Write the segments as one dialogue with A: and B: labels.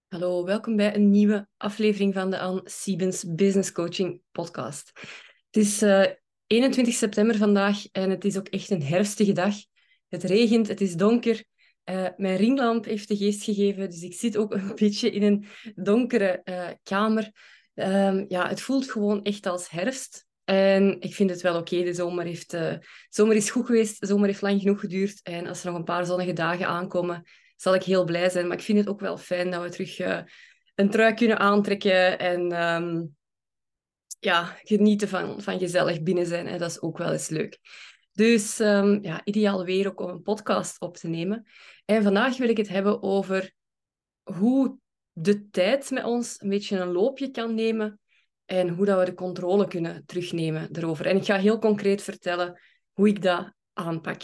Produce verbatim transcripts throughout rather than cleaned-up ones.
A: Hallo, welkom bij een nieuwe aflevering van de Anne Siebens Business Coaching Podcast. Het is uh, eenentwintig september vandaag en het is ook echt een herfstige dag. Het regent, het is donker. Uh, mijn ringlamp heeft de geest gegeven, dus ik zit ook een beetje in een donkere uh, kamer. Um, ja, het voelt gewoon echt als herfst. En ik vind het wel oké. Okay. De zomer, heeft, uh, de zomer is goed geweest, de zomer heeft lang genoeg geduurd. En als er nog een paar zonnige dagen aankomen, zal ik heel blij zijn. Maar ik vind het ook wel fijn dat we terug uh, een trui kunnen aantrekken en um, ja, genieten van, van gezellig binnen zijn. Hè. Dat is ook wel eens leuk. Dus um, ja, ideaal weer ook om een podcast op te nemen. En vandaag wil ik het hebben over hoe de tijd met ons een beetje een loopje kan nemen en hoe dat we de controle kunnen terugnemen erover. En ik ga heel concreet vertellen hoe ik dat aanpak.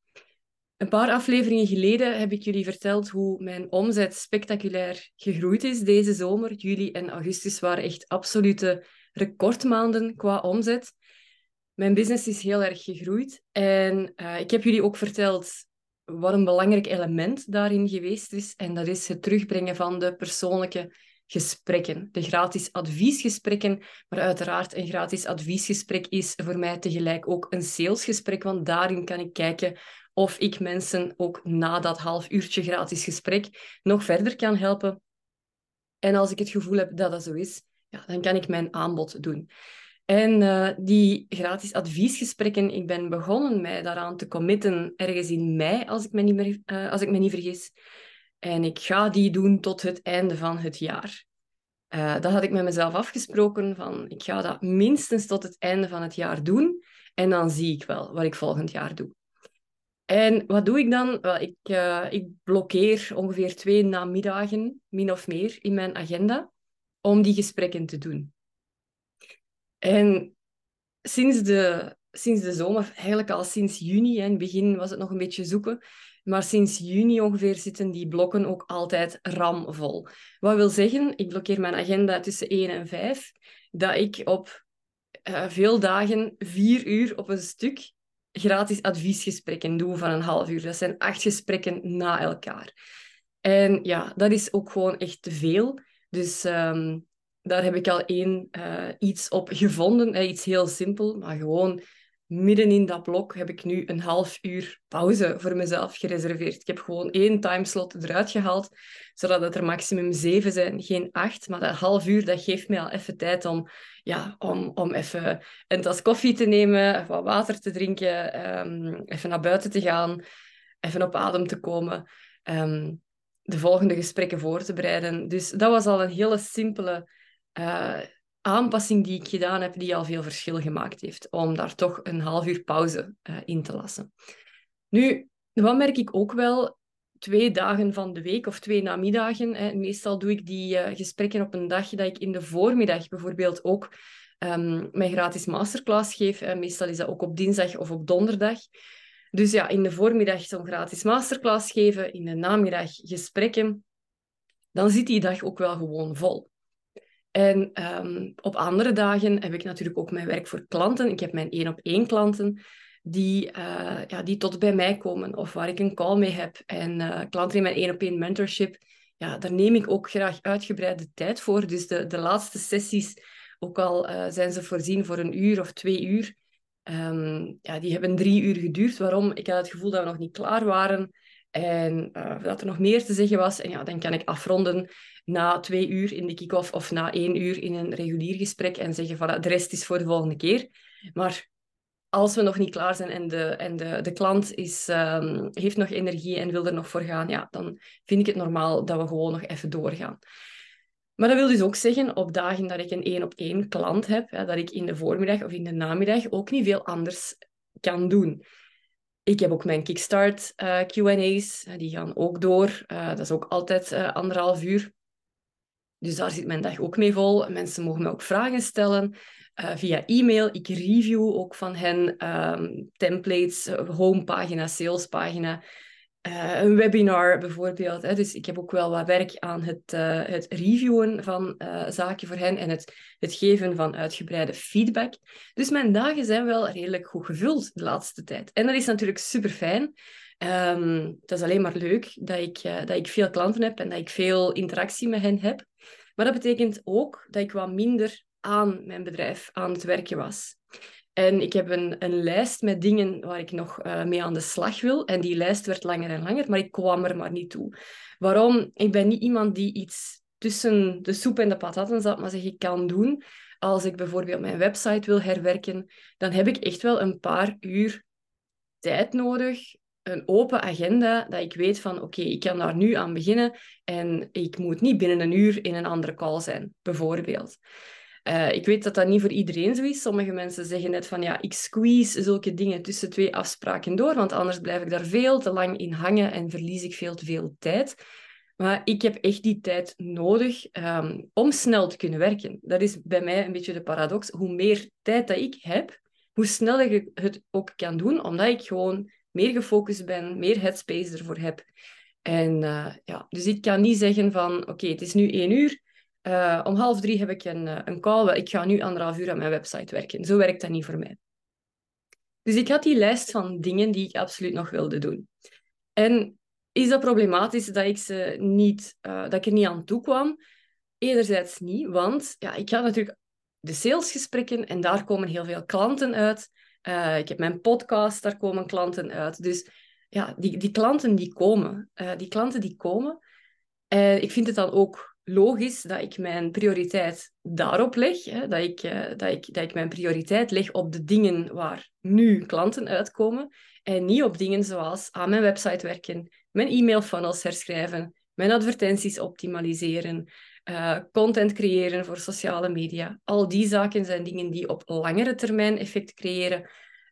A: Een paar afleveringen geleden heb ik jullie verteld hoe mijn omzet spectaculair gegroeid is deze zomer. Juli en augustus waren echt absolute recordmaanden qua omzet. Mijn business is heel erg gegroeid. En uh, ik heb jullie ook verteld wat een belangrijk element daarin geweest is. En dat is het terugbrengen van de persoonlijke gesprekken. De gratis adviesgesprekken. Maar uiteraard, een gratis adviesgesprek is voor mij tegelijk ook een salesgesprek. Want daarin kan ik kijken of ik mensen ook na dat half uurtje gratis gesprek nog verder kan helpen. En als ik het gevoel heb dat dat zo is, ja, dan kan ik mijn aanbod doen. En uh, die gratis adviesgesprekken, ik ben begonnen mij daaraan te committen ergens in mei, als ik me niet, meer, uh, als ik me niet vergis. En ik ga die doen tot het einde van het jaar. Uh, dat had ik met mezelf afgesproken, van ik ga dat minstens tot het einde van het jaar doen. En dan zie ik wel wat ik volgend jaar doe. En wat doe ik dan? Wel, ik, uh, ik blokkeer ongeveer twee namiddagen, min of meer, in mijn agenda om die gesprekken te doen. En sinds de, sinds de zomer, eigenlijk al sinds juni, hè, in het begin was het nog een beetje zoeken, maar sinds juni ongeveer zitten die blokken ook altijd ramvol. Wat wil zeggen, ik blokkeer mijn agenda tussen één en vijf, dat ik op uh, veel dagen vier uur op een stuk gratis adviesgesprekken doe van een half uur. Dat zijn acht gesprekken na elkaar. En ja, dat is ook gewoon echt te veel. Dus um, daar heb ik al één uh, iets op gevonden. Eh, iets heel simpel, maar gewoon midden in dat blok heb ik nu een half uur pauze voor mezelf gereserveerd. Ik heb gewoon één timeslot eruit gehaald, zodat het er maximum zeven zijn, geen acht. Maar dat half uur, dat geeft mij al even tijd om, ja, om, om even een tas koffie te nemen, even wat water te drinken, um, even naar buiten te gaan, even op adem te komen, um, de volgende gesprekken voor te bereiden. Dus dat was al een hele simpele uh, aanpassing die ik gedaan heb, die al veel verschil gemaakt heeft, om daar toch een half uur pauze uh, in te lassen. Nu, wat merk ik ook wel? Twee dagen van de week of twee namiddagen. Hè. Meestal doe ik die uh, gesprekken op een dag dat ik in de voormiddag bijvoorbeeld ook um, mijn gratis masterclass geef. Uh, meestal is dat ook op dinsdag of op donderdag. Dus ja, in de voormiddag zo'n gratis masterclass geven, in de namiddag gesprekken. Dan zit die dag ook wel gewoon vol. En um, op andere dagen heb ik natuurlijk ook mijn werk voor klanten. Ik heb mijn één-op-één klanten die, uh, ja, die tot bij mij komen of waar ik een call mee heb. En uh, klanten in mijn één-op-één mentorship, ja, daar neem ik ook graag uitgebreide tijd voor. Dus de, de laatste sessies, ook al uh, zijn ze voorzien voor een uur of twee uur, um, ja, die hebben drie uur geduurd. Waarom? Ik had het gevoel dat we nog niet klaar waren en uh, dat er nog meer te zeggen was. En ja, dan kan ik afronden na twee uur in de kick-off of na één uur in een regulier gesprek en zeggen van de rest is voor de volgende keer. Maar als we nog niet klaar zijn en de, en de, de klant is, um, heeft nog energie en wil er nog voor gaan, ja, dan vind ik het normaal dat we gewoon nog even doorgaan. Maar dat wil dus ook zeggen, op dagen dat ik een één-op-één klant heb, ja, dat ik in de voormiddag of in de namiddag ook niet veel anders kan doen. Ik heb ook mijn Kickstart uh, Q en A's, die gaan ook door. Uh, dat is ook altijd uh, anderhalf uur. Dus daar zit mijn dag ook mee vol. Mensen mogen me ook vragen stellen uh, via e-mail. Ik review ook van hen um, templates, homepagina, salespagina, uh, een webinar bijvoorbeeld. Hè. Dus ik heb ook wel wat werk aan het, uh, het reviewen van uh, zaken voor hen en het, het geven van uitgebreide feedback. Dus mijn dagen zijn wel redelijk goed gevuld de laatste tijd. En dat is natuurlijk super fijn. Um, het is alleen maar leuk dat ik, uh, dat ik veel klanten heb en dat ik veel interactie met hen heb. Maar dat betekent ook dat ik wat minder aan mijn bedrijf aan het werken was. En ik heb een, een lijst met dingen waar ik nog uh, mee aan de slag wil. En die lijst werd langer en langer, maar ik kwam er maar niet toe. Waarom? Ik ben niet iemand die iets tussen de soep en de patatten, zal ik maar zeggen, kan doen. Als ik bijvoorbeeld mijn website wil herwerken, dan heb ik echt wel een paar uur tijd nodig, een open agenda, dat ik weet van oké, okay, ik kan daar nu aan beginnen en ik moet niet binnen een uur in een andere call zijn, bijvoorbeeld. Uh, ik weet dat dat niet voor iedereen zo is. Sommige mensen zeggen net van ja, ik squeeze zulke dingen tussen twee afspraken door, want anders blijf ik daar veel te lang in hangen en verlies ik veel te veel tijd. Maar ik heb echt die tijd nodig um, om snel te kunnen werken. Dat is bij mij een beetje de paradox. Hoe meer tijd dat ik heb, hoe sneller ik het ook kan doen, omdat ik gewoon meer gefocust ben, meer headspace ervoor heb. En uh, ja, dus ik kan niet zeggen van oké, okay, het is nu één uur, uh, om half drie heb ik een, uh, een call, ik ga nu anderhalf uur aan mijn website werken. Zo werkt dat niet voor mij. Dus ik had die lijst van dingen die ik absoluut nog wilde doen. En is dat problematisch dat ik, ze niet, uh, dat ik er niet aan toe kwam? Enerzijds niet, want ja, ik had natuurlijk de salesgesprekken en daar komen heel veel klanten uit. Uh, ik heb mijn podcast, daar komen klanten uit. Dus ja, die, die klanten die komen. Uh, die klanten die komen. En ik vind het dan ook logisch dat ik mijn prioriteit daarop leg. Hè, dat, ik, uh, dat, ik, dat ik mijn prioriteit leg op de dingen waar nu klanten uitkomen. En niet op dingen zoals aan mijn website werken, mijn e-mailfunnels herschrijven, mijn advertenties optimaliseren, uh, content creëren voor sociale media. Al die zaken zijn dingen die op langere termijn effect creëren.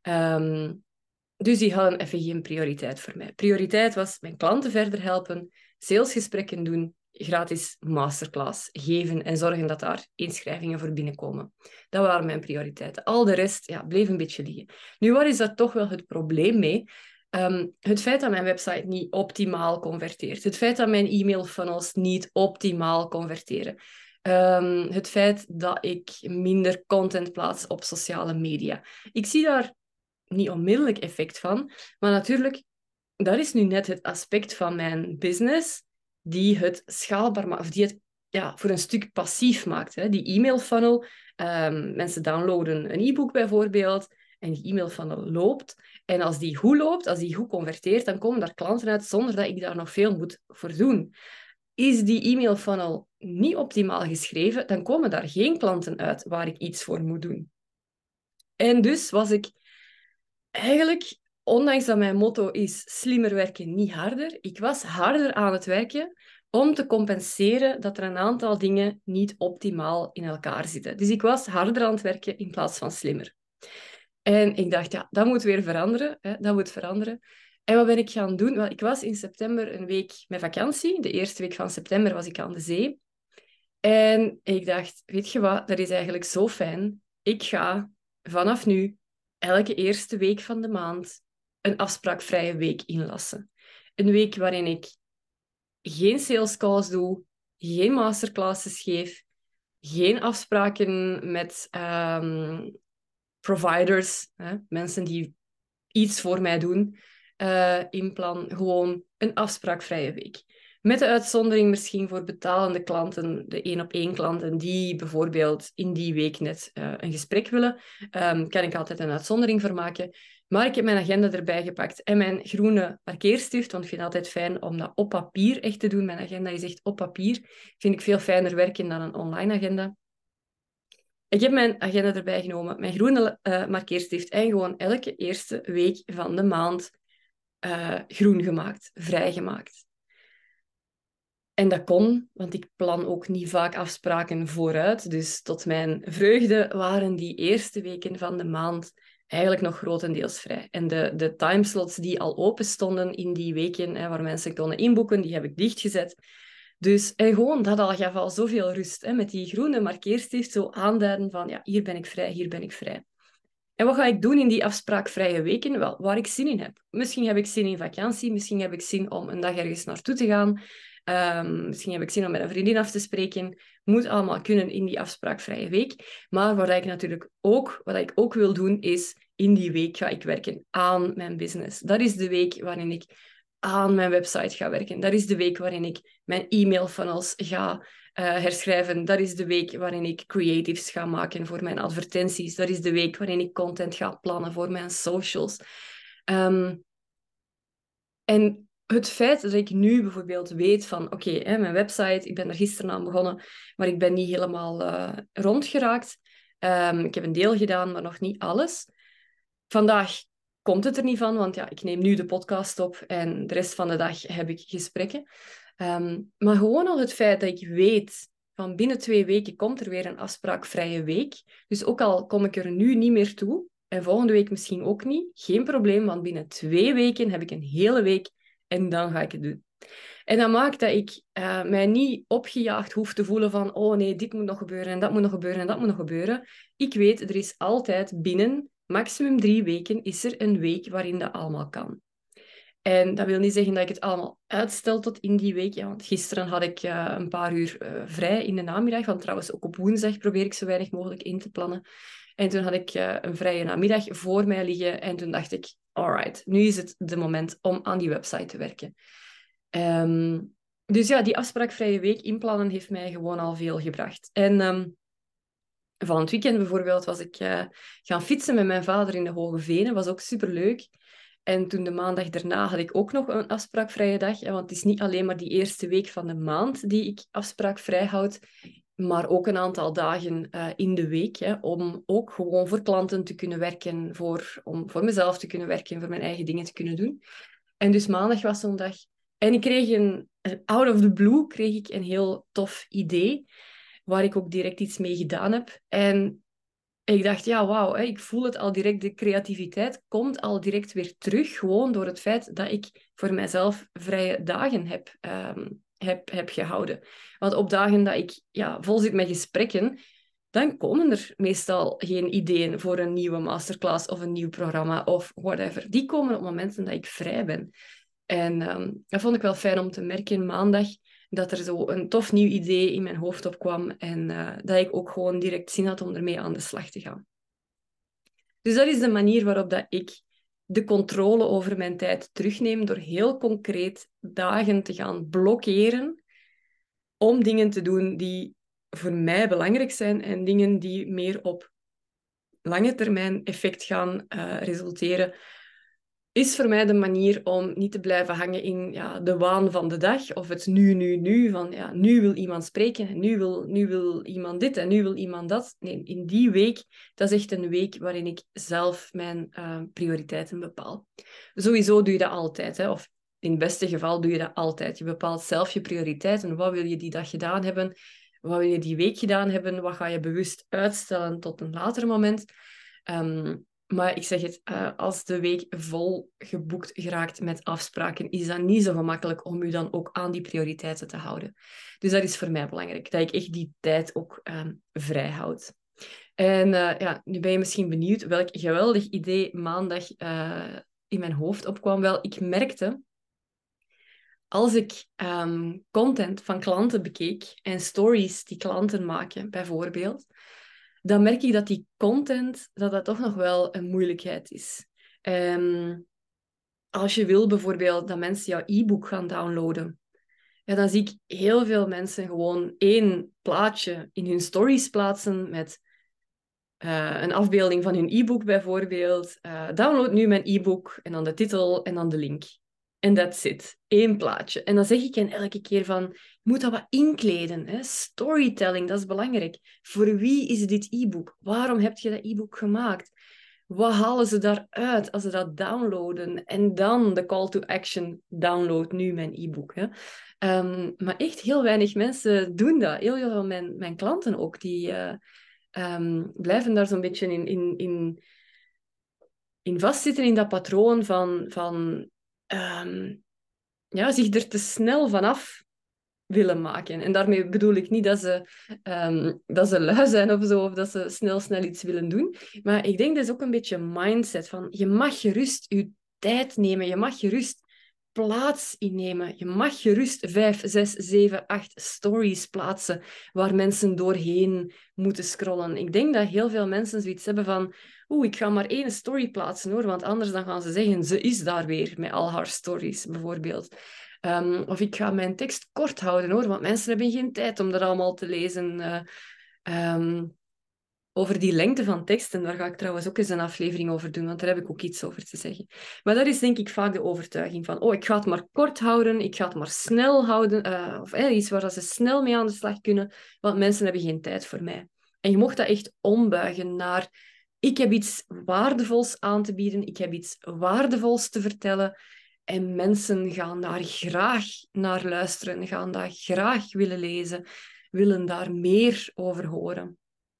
A: Um, dus die hadden even geen prioriteit voor mij. Prioriteit was mijn klanten verder helpen, salesgesprekken doen, gratis masterclass geven en zorgen dat daar inschrijvingen voor binnenkomen. Dat waren mijn prioriteiten. Al de rest ja, bleef een beetje liggen. Nu, waar is daar toch wel het probleem mee? Um, het feit dat mijn website niet optimaal converteert. Het feit dat mijn e-mailfunnels niet optimaal converteren. Um, het feit dat ik minder content plaats op sociale media. Ik zie daar niet onmiddellijk effect van, maar natuurlijk, dat is nu net het aspect van mijn business die het schaalbaar maakt, of die het ja, voor een stuk passief maakt. Hè. Die e-mailfunnel, um, mensen downloaden een e-book bijvoorbeeld, en die e-mailfunnel loopt. En als die goed loopt, als die goed converteert, dan komen daar klanten uit zonder dat ik daar nog veel moet voor doen. Is die e-mailfunnel niet optimaal geschreven, dan komen daar geen klanten uit waar ik iets voor moet doen. En dus was ik eigenlijk, ondanks dat mijn motto is slimmer werken, niet harder, ik was harder aan het werken om te compenseren dat er een aantal dingen niet optimaal in elkaar zitten. Dus ik was harder aan het werken in plaats van slimmer. En ik dacht, ja, dat moet weer veranderen. Hè, dat moet veranderen. En wat ben ik gaan doen? Wel, ik was in september een week met vakantie. De eerste week van september was ik aan de zee. En ik dacht, weet je wat, dat is eigenlijk zo fijn. Ik ga vanaf nu elke eerste week van de maand een afspraakvrije week inlassen. Een week waarin ik geen sales calls doe, geen masterclasses geef, geen afspraken met um, providers, hè, mensen die iets voor mij doen, uh, inplan. Gewoon een afspraakvrije week. Met de uitzondering misschien voor betalende klanten, de één-op-één klanten die bijvoorbeeld in die week net uh, een gesprek willen, um, kan ik altijd een uitzondering voor maken. Maar ik heb mijn agenda erbij gepakt en mijn groene markeerstift, want ik vind het altijd fijn om dat op papier echt te doen. Mijn agenda is echt op papier. Vind ik veel fijner werken dan een online agenda. Ik heb mijn agenda erbij genomen, mijn groene uh, markeerstift en gewoon elke eerste week van de maand uh, groen gemaakt, vrijgemaakt. En dat kon, want ik plan ook niet vaak afspraken vooruit. Dus tot mijn vreugde waren die eerste weken van de maand eigenlijk nog grotendeels vrij. En de, de timeslots die al open stonden in die weken, hè, waar mensen konden inboeken, die heb ik dichtgezet. Dus, en gewoon dat al gaf al zoveel rust. Hè, met die groene markeerstift zo aanduiden van, ja, hier ben ik vrij, hier ben ik vrij. En wat ga ik doen in die afspraakvrije weken? Wel, waar ik zin in heb. Misschien heb ik zin in vakantie, misschien heb ik zin om een dag ergens naartoe te gaan. Um, misschien heb ik zin om met een vriendin af te spreken. Moet allemaal kunnen in die afspraakvrije week. Maar wat ik natuurlijk ook, wat ik ook wil doen, is in die week ga ik werken aan mijn business. Dat is de week waarin ik aan mijn website ga werken. Dat is de week waarin ik mijn e-mail funnels ga uh, herschrijven. Dat is de week waarin ik creatives ga maken voor mijn advertenties. Dat is de week waarin ik content ga plannen voor mijn socials. Um, en het feit dat ik nu bijvoorbeeld weet van, oké, okay, mijn website, ik ben er gisteren aan begonnen, maar ik ben niet helemaal uh, rondgeraakt. Um, ik heb een deel gedaan, maar nog niet alles. Vandaag komt het er niet van, want ja, ik neem nu de podcast op en de rest van de dag heb ik gesprekken. Um, maar gewoon al het feit dat ik weet, van binnen twee weken komt er weer een afspraakvrije week. Dus ook al kom ik er nu niet meer toe, en volgende week misschien ook niet, geen probleem, want binnen twee weken heb ik een hele week en dan ga ik het doen. En dat maakt dat ik uh, mij niet opgejaagd hoef te voelen van oh nee, dit moet nog gebeuren en dat moet nog gebeuren en dat moet nog gebeuren. Ik weet, er is altijd binnen maximum drie weken is er een week waarin dat allemaal kan. En dat wil niet zeggen dat ik het allemaal uitstel tot in die week. Ja, want gisteren had ik uh, een paar uur uh, vrij in de namiddag. Want trouwens, ook op woensdag probeer ik zo weinig mogelijk in te plannen. En toen had ik uh, een vrije namiddag voor mij liggen. En toen dacht ik, alright, nu is het de moment om aan die website te werken. Um, dus ja, die afspraakvrije week inplannen heeft mij gewoon al veel gebracht. En um, van het weekend bijvoorbeeld was ik uh, gaan fietsen met mijn vader in de Hoge Venen. Was ook superleuk. En toen de maandag daarna had ik ook nog een afspraakvrije dag. Want het is niet alleen maar die eerste week van de maand die ik afspraakvrij houd, maar ook een aantal dagen uh, in de week. Hè, om ook gewoon voor klanten te kunnen werken, voor, om voor mezelf te kunnen werken, voor mijn eigen dingen te kunnen doen. En dus maandag was zo'n dag. En ik kreeg een, out of the blue, kreeg ik een heel tof idee, waar ik ook direct iets mee gedaan heb. En ik dacht, ja, wauw, ik voel het al direct. De creativiteit komt al direct weer terug, gewoon door het feit dat ik voor mijzelf vrije dagen heb, um, heb, heb gehouden. Want op dagen dat ik ja, vol zit met gesprekken, dan komen er meestal geen ideeën voor een nieuwe masterclass of een nieuw programma of whatever. Die komen op momenten dat ik vrij ben. En um, dat vond ik wel fijn om te merken maandag, dat er zo een tof nieuw idee in mijn hoofd opkwam en uh, dat ik ook gewoon direct zin had om ermee aan de slag te gaan. Dus dat is de manier waarop dat ik de controle over mijn tijd terugneem, door heel concreet dagen te gaan blokkeren om dingen te doen die voor mij belangrijk zijn en dingen die meer op lange termijn effect gaan uh, resulteren, is voor mij de manier om niet te blijven hangen in ja, de waan van de dag. Of het nu, nu, nu. Van ja, nu wil iemand spreken. En nu wil, nu wil iemand dit. En nu wil iemand dat. Nee, in die week, dat is echt een week waarin ik zelf mijn uh, prioriteiten bepaal. Sowieso doe je dat altijd. Hè? Of in het beste geval doe je dat altijd. Je bepaalt zelf je prioriteiten. Wat wil je die dag gedaan hebben? Wat wil je die week gedaan hebben? Wat ga je bewust uitstellen tot een later moment? Um, Maar ik zeg het, uh, als de week vol geboekt geraakt met afspraken, is dat niet zo gemakkelijk om u dan ook aan die prioriteiten te houden. Dus dat is voor mij belangrijk, dat ik echt die tijd ook um, vrij houd. En uh, ja, nu ben je misschien benieuwd welk geweldig idee maandag uh, in mijn hoofd opkwam. Wel, ik merkte, als ik um, content van klanten bekeek en stories die klanten maken, bijvoorbeeld, dan merk ik dat die content, dat dat toch nog wel een moeilijkheid is. Um, als je wil bijvoorbeeld dat mensen jouw e-book gaan downloaden, ja, dan zie ik heel veel mensen gewoon één plaatje in hun stories plaatsen met uh, een afbeelding van hun e-book bijvoorbeeld. Uh, download nu mijn e-book en dan de titel en dan de link. En that's it. Eén plaatje. En dan zeg ik hen elke keer van, je moet dat wat inkleden. Hè? Storytelling, dat is belangrijk. Voor wie is dit e-book? Waarom heb je dat e-book gemaakt? Wat halen ze daaruit als ze dat downloaden? En dan de call to action, download nu mijn e-book. Hè? Um, maar echt heel weinig mensen doen dat. Heel veel van mijn, mijn klanten ook, die uh, um, blijven daar zo'n beetje in, in, in, in vastzitten in dat patroon van... van Um, ja, zich er te snel vanaf willen maken. En daarmee bedoel ik niet dat ze, um, dat ze lui zijn of zo, of dat ze snel, snel iets willen doen. Maar ik denk dat is ook een beetje mindset van, je mag gerust je tijd nemen, je mag gerust plaats innemen. Je mag gerust vijf, zes, zeven, acht stories plaatsen waar mensen doorheen moeten scrollen. Ik denk dat heel veel mensen zoiets hebben van oeh, ik ga maar één story plaatsen hoor, want anders dan gaan ze zeggen ze is daar weer met al haar stories bijvoorbeeld. Um, of ik ga mijn tekst kort houden hoor, want mensen hebben geen tijd om dat allemaal te lezen. Uh, um, Over die lengte van teksten, daar ga ik trouwens ook eens een aflevering over doen, want daar heb ik ook iets over te zeggen. Maar dat is denk ik vaak de overtuiging van, oh, ik ga het maar kort houden, ik ga het maar snel houden, uh, of eh, iets waar ze snel mee aan de slag kunnen, want mensen hebben geen tijd voor mij. En je mocht dat echt ombuigen naar, ik heb iets waardevols aan te bieden, ik heb iets waardevols te vertellen, en mensen gaan daar graag naar luisteren, gaan daar graag willen lezen, willen daar meer over horen.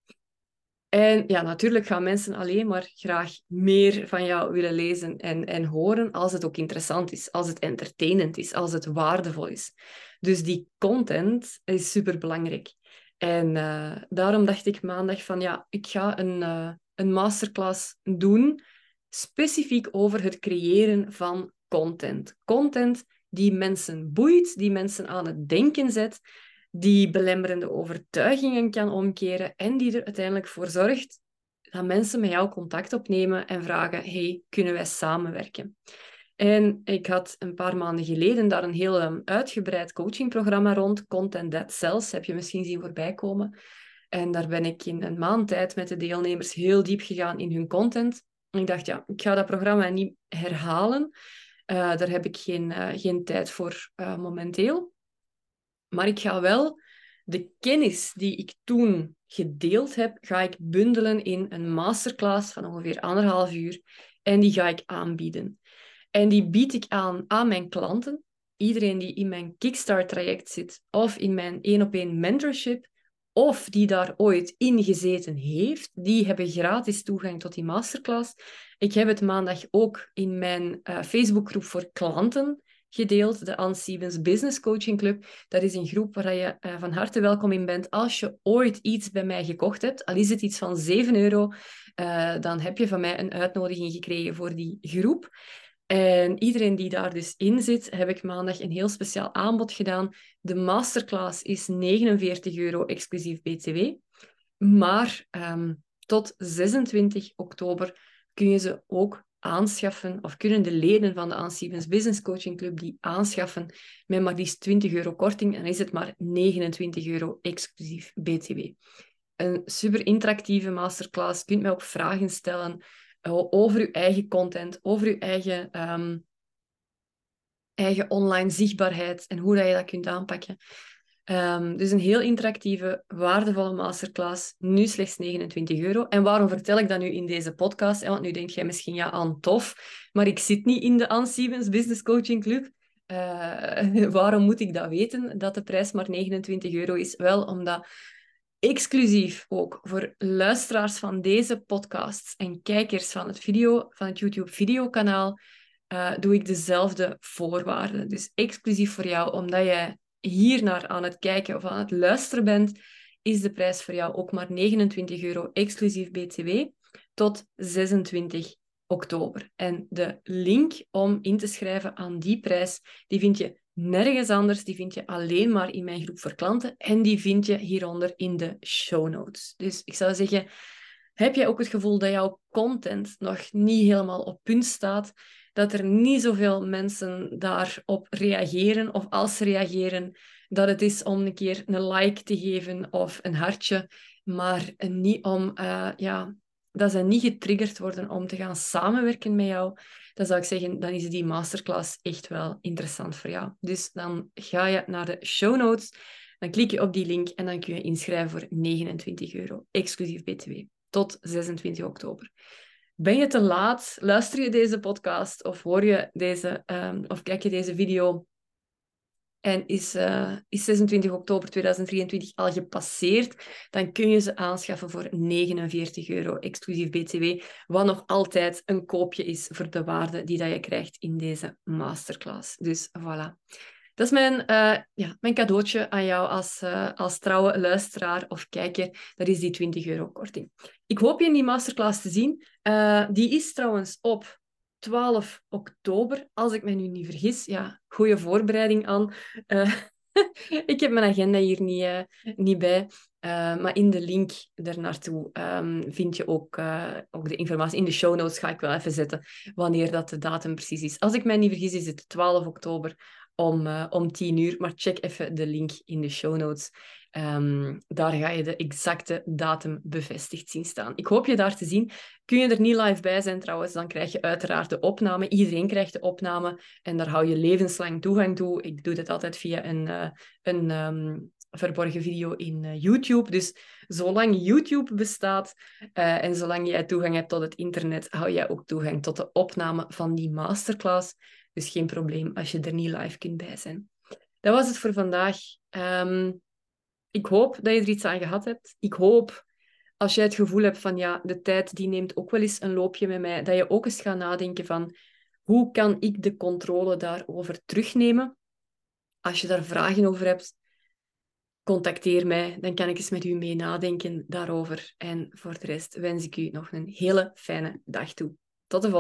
A: En ja, natuurlijk gaan mensen alleen maar graag meer van jou willen lezen en, en horen als het ook interessant is, als het entertainend is, als het waardevol is. Dus die content is superbelangrijk. En uh, daarom dacht ik maandag van ja, ik ga een, uh, een masterclass doen specifiek over het creëren van content. Content die mensen boeit, die mensen aan het denken zet, die belemmerende overtuigingen kan omkeren en die er uiteindelijk voor zorgt dat mensen met jou contact opnemen en vragen, hey, kunnen wij samenwerken? En ik had een paar maanden geleden daar een heel um, uitgebreid coachingprogramma rond, Content That Sells, heb je misschien zien voorbij komen. En daar ben ik in een maand tijd met de deelnemers heel diep gegaan in hun content. En ik dacht, ja, ik ga dat programma niet herhalen. Uh, daar heb ik geen, uh, geen tijd voor uh, momenteel. Maar ik ga wel de kennis die ik toen gedeeld heb, ga ik bundelen in een masterclass van ongeveer anderhalf uur. En die ga ik aanbieden. En die bied ik aan aan mijn klanten. Iedereen die in mijn Kickstart-traject zit, of in mijn één-op-één mentorship, of die daar ooit in gezeten heeft, die hebben gratis toegang tot die masterclass. Ik heb het maandag ook in mijn uh, Facebookgroep voor klanten gedeeld, de Anne Siebens Business Coaching Club. Dat is een groep waar je uh, van harte welkom in bent. Als je ooit iets bij mij gekocht hebt, al is het iets van zeven euro, uh, dan heb je van mij een uitnodiging gekregen voor die groep. En iedereen die daar dus in zit, heb ik maandag een heel speciaal aanbod gedaan. De masterclass is negenenveertig euro exclusief B T W. Maar um, tot zesentwintig oktober kun je ze ook aanschaffen, of kunnen de leden van de Anne Siebens Business Coaching Club die aanschaffen met maar liefst twintig euro korting. En dan is het maar negenentwintig euro exclusief B T W. Een super interactieve masterclass. Je kunt mij ook vragen stellen over je eigen content, over je eigen, um, eigen online zichtbaarheid en hoe dat je dat kunt aanpakken. Um, dus een heel interactieve, waardevolle masterclass, nu slechts negenentwintig euro. En waarom vertel ik dat nu in deze podcast? Want nu denk jij misschien, ja, aan tof, maar ik zit niet in de Anne Siebens Business Coaching Club. Uh, waarom moet ik dat weten, dat de prijs maar negenentwintig euro is? Wel, omdat exclusief ook voor luisteraars van deze podcasts en kijkers van het, video, van het YouTube videokanaal uh, doe ik dezelfde voorwaarden. Dus exclusief voor jou, omdat jij hiernaar aan het kijken of aan het luisteren bent, is de prijs voor jou ook maar negenentwintig euro exclusief B T W tot zesentwintig oktober. En de link om in te schrijven aan die prijs, die vind je nergens anders. Die vind je alleen maar in mijn groep voor klanten en die vind je hieronder in de show notes. Dus ik zou zeggen, heb jij ook het gevoel dat jouw content nog niet helemaal op punt staat, dat er niet zoveel mensen daarop reageren, of als ze reageren, dat het is om een keer een like te geven of een hartje, maar niet om, uh, ja, dat ze niet getriggerd worden om te gaan samenwerken met jou, dan zou ik zeggen, dan is die masterclass echt wel interessant voor jou. Dus dan ga je naar de show notes, dan klik je op die link en dan kun je inschrijven voor negenentwintig euro, exclusief B T W, tot zesentwintig oktober. Ben je te laat? Luister je deze podcast of hoor je deze, um, of kijk je deze video en is, uh, is zesentwintig oktober tweeduizend drieëntwintig al gepasseerd, dan kun je ze aanschaffen voor negenenveertig euro exclusief B T W, wat nog altijd een koopje is voor de waarde die dat je krijgt in deze masterclass. Dus voilà. Dat is mijn, uh, ja, mijn cadeautje aan jou als, uh, als trouwe luisteraar of kijker. Dat is die twintig euro korting. Ik hoop je in die masterclass te zien. Uh, die is trouwens op twaalf oktober, als ik me nu niet vergis. Ja, goede voorbereiding aan. Uh, ik heb mijn agenda hier niet, uh, niet bij. Uh, maar in de link ernaartoe um, vind je ook, uh, ook de informatie. In de show notes ga ik wel even zetten wanneer dat de datum precies is. Als ik mij niet vergis, is het twaalf oktober om, uh, om tien uur. Maar check even de link in de show notes. Um, daar ga je de exacte datum bevestigd zien staan. Ik hoop je daar te zien. Kun je er niet live bij zijn trouwens, dan krijg je uiteraard de opname. Iedereen krijgt de opname en daar hou je levenslang toegang toe. Ik doe dit altijd via een, uh, een um, verborgen video in uh, YouTube. Dus zolang YouTube bestaat uh, en zolang jij toegang hebt tot het internet, hou jij ook toegang tot de opname van die masterclass. Dus geen probleem als je er niet live kunt bij zijn. Dat was het voor vandaag. Um, ik hoop dat je er iets aan gehad hebt. Ik hoop, als jij het gevoel hebt van ja, de tijd die neemt ook wel eens een loopje met mij, dat je ook eens gaat nadenken van hoe kan ik de controle daarover terugnemen? Als je daar vragen over hebt, contacteer mij. Dan kan ik eens met u mee nadenken daarover. En voor de rest wens ik u nog een hele fijne dag toe. Tot de volgende.